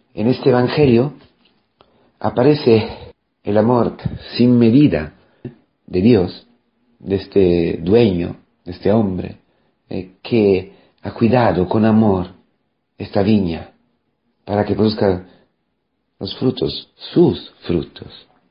En este Evangelio aparece el amor sin medida de Dios, de este dueño, de este hombre, que ha cuidado con amor esta viña para que produzca los frutos, sus frutos.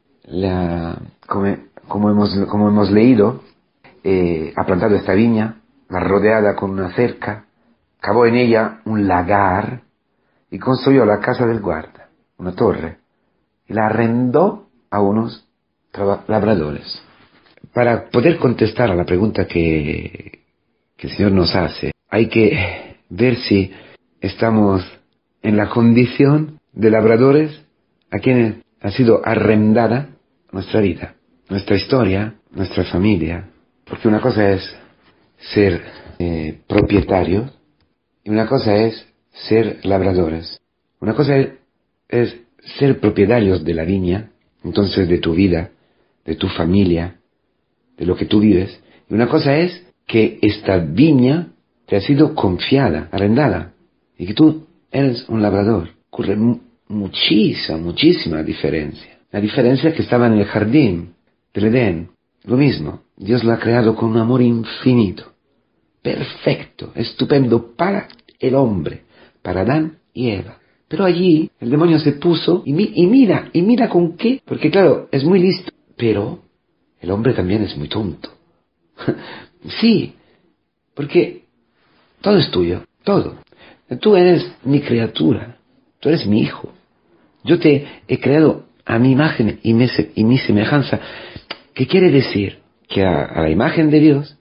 Como hemos leído, ha plantado esta viña, la rodeada con una cerca, cavó en ella un lagar y construyó la casa del guarda, una torre, y la arrendó a unos labradores. Para poder contestar a la pregunta que el Señor nos hace, hay que ver si estamos en la condición de labradores a quienes ha sido arrendada nuestra vida, nuestra historia, nuestra familia. Porque una cosa es ser propietarios y una cosa es ser labradores. Una cosa es ser propietarios de la viña, entonces de tu vida, de tu familia, de lo que tú vives. Y una cosa es que esta viña te ha sido confiada, arrendada, y que tú eres un labrador. Ocurre muchísima diferencia. La diferencia que estaba en el jardín del Edén, lo mismo. Dios lo ha creado con un amor infinito, perfecto, estupendo para el hombre, para Adán y Eva. Pero allí el demonio se puso y mira con qué, porque claro, es muy listo, pero el hombre también es muy tonto. Sí, porque todo es tuyo, todo. Tú eres mi criatura, tú eres mi hijo. Yo te he creado a mi imagen y mi semejanza. ¿Qué quiere decir? Que a la imagen de Dios,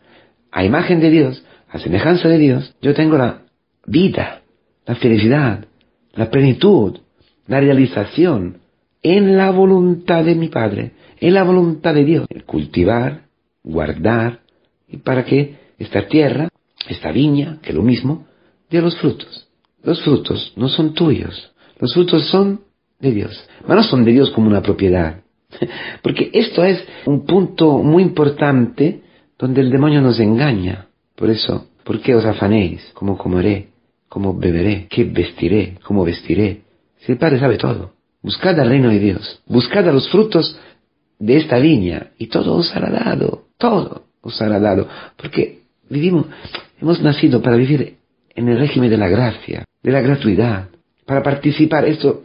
a semejanza de Dios, yo tengo la vida, la felicidad, la plenitud, la realización en la voluntad de mi Padre, en la voluntad de Dios. El cultivar, guardar, y para que esta tierra, esta viña, que es lo mismo, dé los frutos. Los frutos no son tuyos, los frutos son de Dios, pero no son de Dios como una propiedad. Porque esto es un punto muy importante donde el demonio nos engaña. Por eso, ¿por qué os afanéis? ¿Cómo comeré? ¿Cómo beberé? ¿Qué vestiré? ¿Cómo vestiré? Si el Padre sabe todo. Buscad al reino de Dios. Buscad a los frutos de esta viña y todo os será dado. Todo os será dado. Porque hemos nacido para vivir en el régimen de la gracia, de la gratuidad, para participar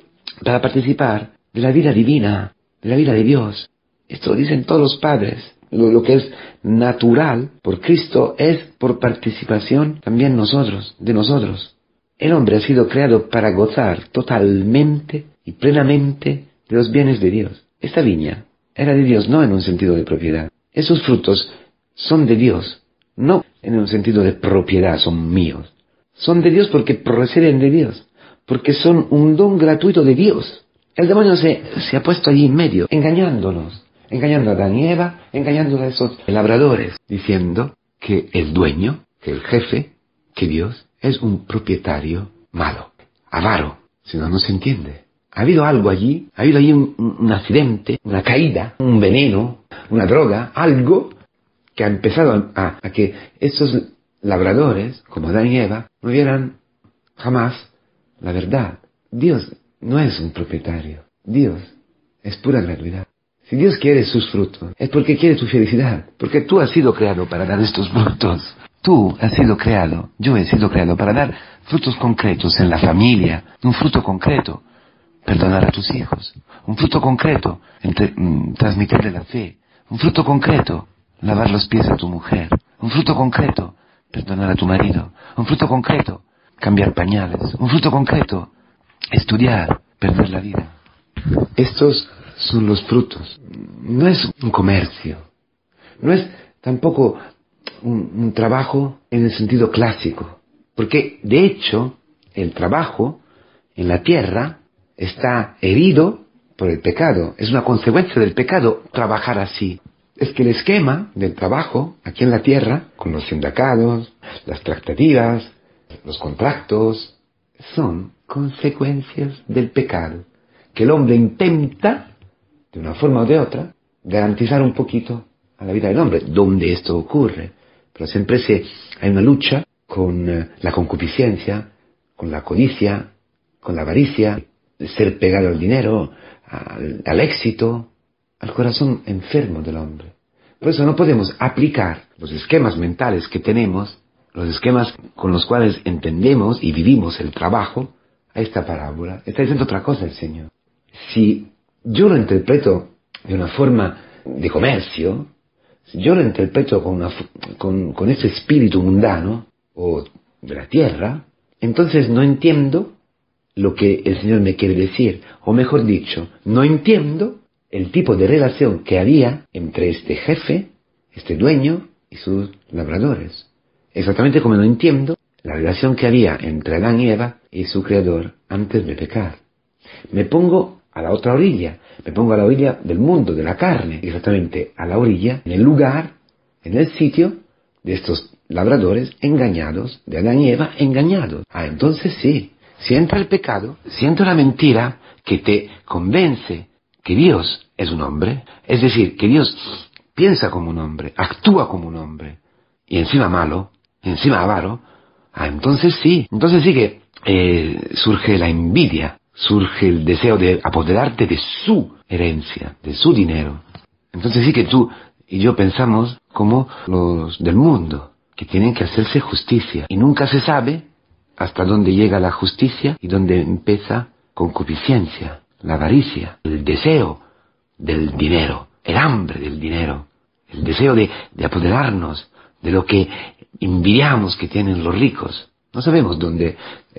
de la vida divina, de la vida de Dios. Esto lo dicen todos los padres. Lo que es natural por Cristo es por participación también de nosotros. El hombre ha sido creado para gozar totalmente y plenamente de los bienes de Dios. Esta viña era de Dios, no en un sentido de propiedad. Esos frutos son de Dios, no en un sentido de propiedad, son míos. Son de Dios porque proceden de Dios, porque son un don gratuito de Dios. El demonio se ha puesto allí en medio, engañándonos, engañando a Adán y Eva, engañando a esos labradores, diciendo que el dueño, que el jefe, que Dios es un propietario malo, avaro, si no se entiende. Ha habido algo allí, ha habido allí un accidente, una caída, un veneno, una droga, algo que ha empezado a que estos labradores, como Adán y Eva, no vieran jamás la verdad. Dios no es un propietario. Dios es pura gratuidad. Si Dios quiere sus frutos, es porque quiere tu felicidad. Porque tú has sido creado para dar estos frutos. Tú has sido creado, yo he sido creado para dar frutos concretos en la familia. Un fruto concreto, perdonar a tus hijos. Un fruto concreto, transmitirle la fe. Un fruto concreto, lavar los pies a tu mujer. Un fruto concreto, perdonar a tu marido. Un fruto concreto, cambiar pañales. Un fruto concreto, estudiar, perder la vida. Estos son los frutos. No es un comercio. No es tampoco un trabajo en el sentido clásico. Porque, de hecho, el trabajo en la tierra está herido por el pecado. Es una consecuencia del pecado trabajar así. Es que el esquema del trabajo aquí en la tierra, con los sindicatos, las tractativas, los contratos, son consecuencias del pecado, que el hombre intenta, de una forma o de otra, garantizar un poquito a la vida del hombre, donde esto ocurre. Pero siempre hay una lucha con la concupiscencia, con la codicia, con la avaricia, ser pegado al dinero, al éxito, al corazón enfermo del hombre. Por eso no podemos aplicar los esquemas mentales que tenemos, los esquemas con los cuales entendemos y vivimos el trabajo, a esta parábola. Está diciendo otra cosa el Señor. Si yo lo interpreto de una forma de comercio, si yo lo interpreto con ese espíritu mundano o de la tierra, entonces no entiendo lo que el Señor me quiere decir, o mejor dicho, no entiendo el tipo de relación que había entre este jefe, este dueño y sus labradores. Exactamente como no entiendo la relación que había entre Adán y Eva y su creador antes de pecar. Me pongo a la otra orilla, me pongo a la orilla del mundo, de la carne, exactamente a la orilla, en el lugar, en el sitio de estos labradores engañados, de Adán y Eva engañados. Entonces sí, si entra el pecado, si entra la mentira que te convence que Dios es un hombre, es decir, que Dios piensa como un hombre, actúa como un hombre, y encima malo, encima avaro, entonces sí que surge la envidia, surge el deseo de apoderarte de su herencia, de su dinero. Entonces sí que tú y yo pensamos como los del mundo, que tienen que hacerse justicia, y nunca se sabe hasta dónde llega la justicia y dónde empieza concupiscencia, la avaricia, el deseo del dinero, el hambre del dinero, el deseo de apoderarnos de lo que envidiamos que tienen los ricos. No sabemos dónde.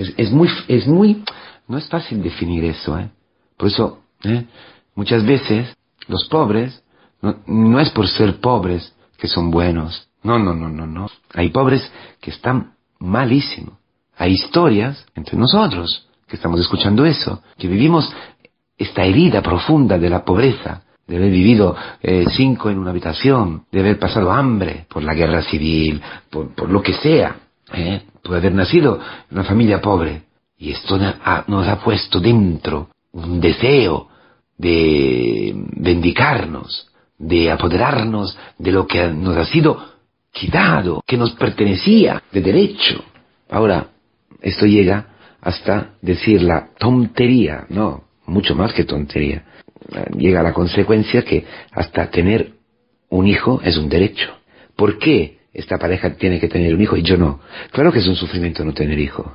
No es fácil definir eso, Por eso, muchas veces los pobres no es por ser pobres que son buenos. No. Hay pobres que están malísimos. Hay historias entre nosotros que estamos escuchando eso, que vivimos esta herida profunda de la pobreza, de haber vivido 5 en una habitación, de haber pasado hambre por la guerra civil, por lo que sea, por haber nacido en una familia pobre. Y esto nos ha puesto dentro un deseo de vendicarnos, de apoderarnos de lo que nos ha sido quitado, que nos pertenecía de derecho. Ahora, esto llega hasta decir la tontería, no, mucho más que tontería. Llega a la consecuencia que hasta tener un hijo es un derecho. ¿Por qué esta pareja tiene que tener un hijo y yo no? Claro que es un sufrimiento no tener hijos.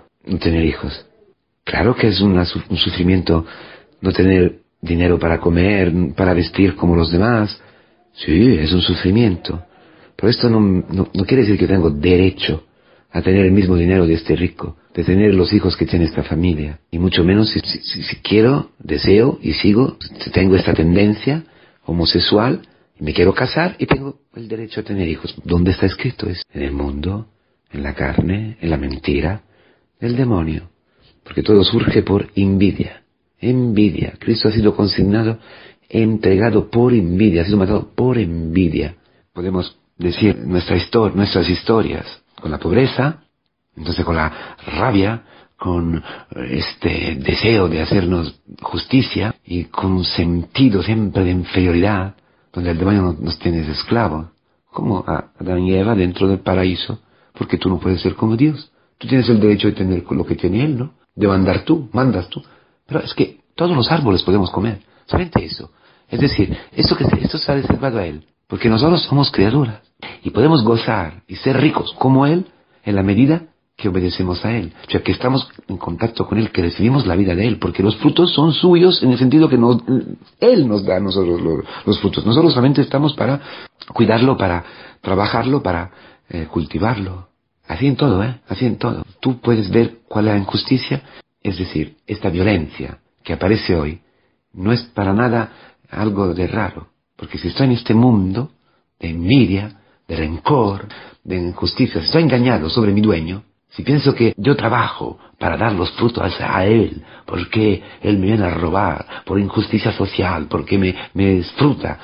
Claro que es un sufrimiento no tener dinero para comer, para vestir como los demás. Sí, es un sufrimiento. Pero esto no quiere decir que tengo derecho a tener el mismo dinero de este rico, de tener los hijos que tiene esta familia. Y mucho menos si quiero, deseo y tengo esta tendencia homosexual, y me quiero casar y tengo el derecho a tener hijos. ¿Dónde está escrito eso? En el mundo, en la carne, en la mentira, el demonio. Porque todo surge por envidia. Envidia. Cristo ha sido consignado, entregado por envidia, ha sido matado por envidia. Podemos decir nuestras historias con la pobreza, entonces con la rabia, con este deseo de hacernos justicia y con un sentido siempre de inferioridad, donde el demonio nos tiene esclavos, como a Adán y Eva dentro del paraíso, porque tú no puedes ser como Dios. Tú tienes el derecho de tener lo que tiene Él, ¿no? De mandas tú. Pero es que todos los árboles podemos comer. Solamente eso. Es decir, esto se ha reservado a Él, porque nosotros somos criaturas y podemos gozar y ser ricos como Él en la medida que obedecemos a Él, o sea, que estamos en contacto con Él, que recibimos la vida de Él, porque los frutos son suyos en el sentido que Él nos da a nosotros los frutos. Nosotros solamente estamos para cuidarlo, para trabajarlo, para cultivarlo. Así en todo, así en todo. Tú puedes ver cuál es la injusticia, es decir, esta violencia que aparece hoy no es para nada algo de raro, porque si estoy en este mundo de envidia, de rencor, de injusticia, si estoy engañado sobre mi dueño, si pienso que yo trabajo para dar los frutos a Él, porque Él me viene a robar, por injusticia social, porque me disfruta,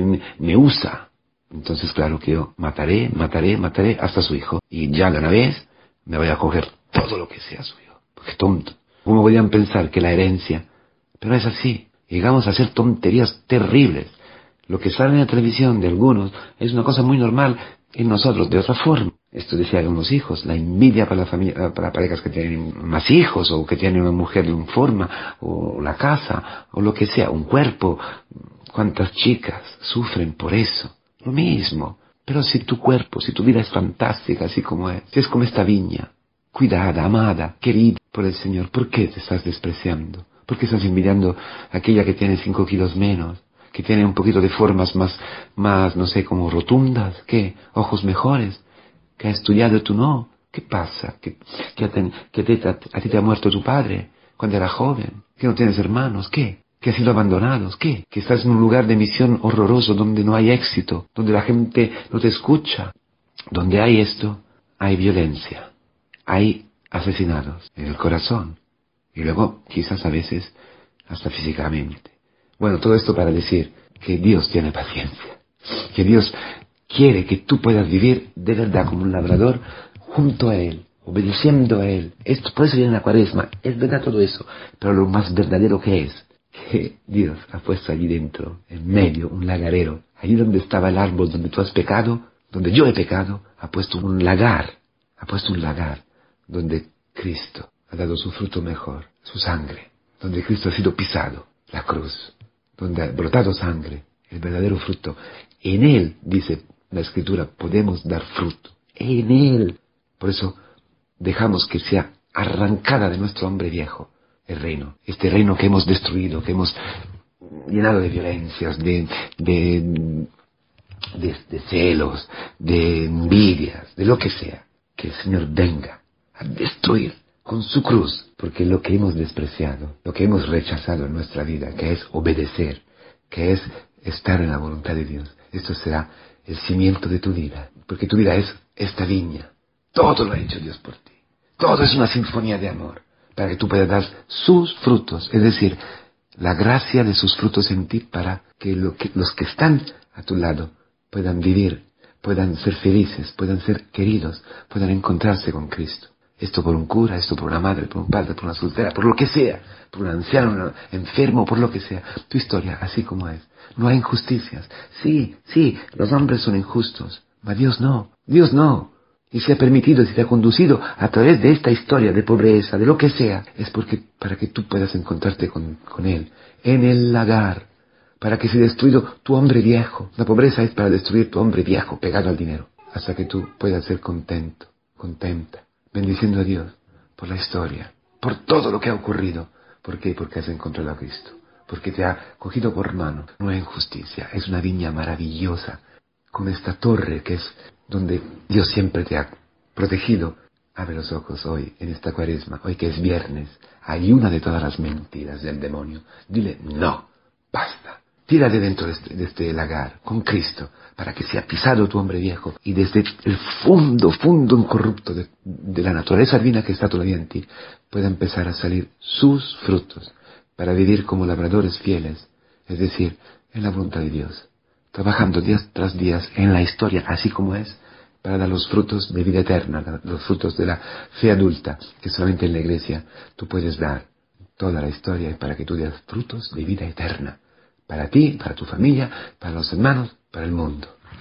me usa, entonces claro que yo mataré hasta su hijo. Y ya de una vez me voy a coger todo lo que sea suyo. Porque tonto. ¿Cómo podrían pensar que la herencia? Pero es así. Llegamos a hacer tonterías terribles. Lo que sale en la televisión de algunos es una cosa muy normal en nosotros, de otra forma. Esto decía unos hijos, la envidia para la familia, para parejas que tienen más hijos, o que tienen una mujer de una forma, o la casa, o lo que sea, un cuerpo. ¿Cuántas chicas sufren por eso? Lo mismo. Pero si tu cuerpo, si tu vida es fantástica así como es, si es como esta viña, cuidada, amada, querida por el Señor, ¿por qué te estás despreciando? ¿Por qué estás envidiando a aquella que tiene 5 kilos menos? Que tiene un poquito de formas más, no sé, como rotundas, ¿qué? Ojos mejores, que ha estudiado y tú no. ¿Qué pasa? ¿A ti te ha muerto tu padre cuando era joven? ¿Que no tienes hermanos? ¿Qué? ¿Que has sido abandonados? ¿Qué? ¿Que estás en un lugar de misión horroroso donde no hay éxito, donde la gente no te escucha? Donde hay esto, hay violencia, hay asesinados en el corazón y luego quizás a veces hasta físicamente. Bueno, todo esto para decir que Dios tiene paciencia, que Dios quiere que tú puedas vivir de verdad como un labrador junto a Él, obedeciendo a Él. Esto puede ser en la Cuaresma, es verdad todo eso, pero lo más verdadero que es, que Dios ha puesto allí dentro, en medio, un lagarero, allí donde estaba el árbol donde tú has pecado, donde yo he pecado, ha puesto un lagar, donde Cristo ha dado su fruto mejor, su sangre, donde Cristo ha sido pisado, la cruz, donde ha brotado sangre, el verdadero fruto. En Él, dice la Escritura, podemos dar fruto. En Él. Por eso dejamos que sea arrancada de nuestro hombre viejo el reino. Este reino que hemos destruido, que hemos llenado de violencias, de celos, de envidias, de lo que sea. Que el Señor venga a destruir con su cruz, porque lo que hemos despreciado, lo que hemos rechazado en nuestra vida, que es obedecer, que es estar en la voluntad de Dios, esto será el cimiento de tu vida, porque tu vida es esta viña. Todo lo ha hecho Dios por ti. Todo es una sinfonía de amor, para que tú puedas dar sus frutos, es decir, la gracia de sus frutos en ti, para que los que están a tu lado puedan vivir, puedan ser felices, puedan ser queridos, puedan encontrarse con Cristo. Esto por un cura, esto por una madre, por un padre, por una soltera, por lo que sea, por un anciano, un enfermo, por lo que sea. Tu historia, así como es. No hay injusticias. Sí, los hombres son injustos, pero Dios no. Dios no. Y si ha permitido, si te ha conducido a través de esta historia de pobreza, de lo que sea, es para que tú puedas encontrarte con Él, en el lagar, para que sea destruido tu hombre viejo. La pobreza es para destruir tu hombre viejo, pegado al dinero, hasta que tú puedas ser contento, contenta, bendiciendo a Dios por la historia, por todo lo que ha ocurrido. ¿Por qué? Porque has encontrado a Cristo, porque te ha cogido por mano. No hay injusticia, es una viña maravillosa, con esta torre que es donde Dios siempre te ha protegido. Abre los ojos hoy, en esta Cuaresma, hoy que es viernes, ayuna de todas las mentiras del demonio. Dile, no, basta. Tírate dentro de este lagar con Cristo, para que sea pisado tu hombre viejo, y desde el fondo incorrupto de la naturaleza divina que está todavía en ti, pueda empezar a salir sus frutos, para vivir como labradores fieles, es decir, en la voluntad de Dios, trabajando días tras días en la historia así como es, para dar los frutos de vida eterna, los frutos de la fe adulta, que solamente en la iglesia tú puedes dar toda la historia, y para que tú des frutos de vida eterna, para ti, para tu familia, para los hermanos, para el mundo.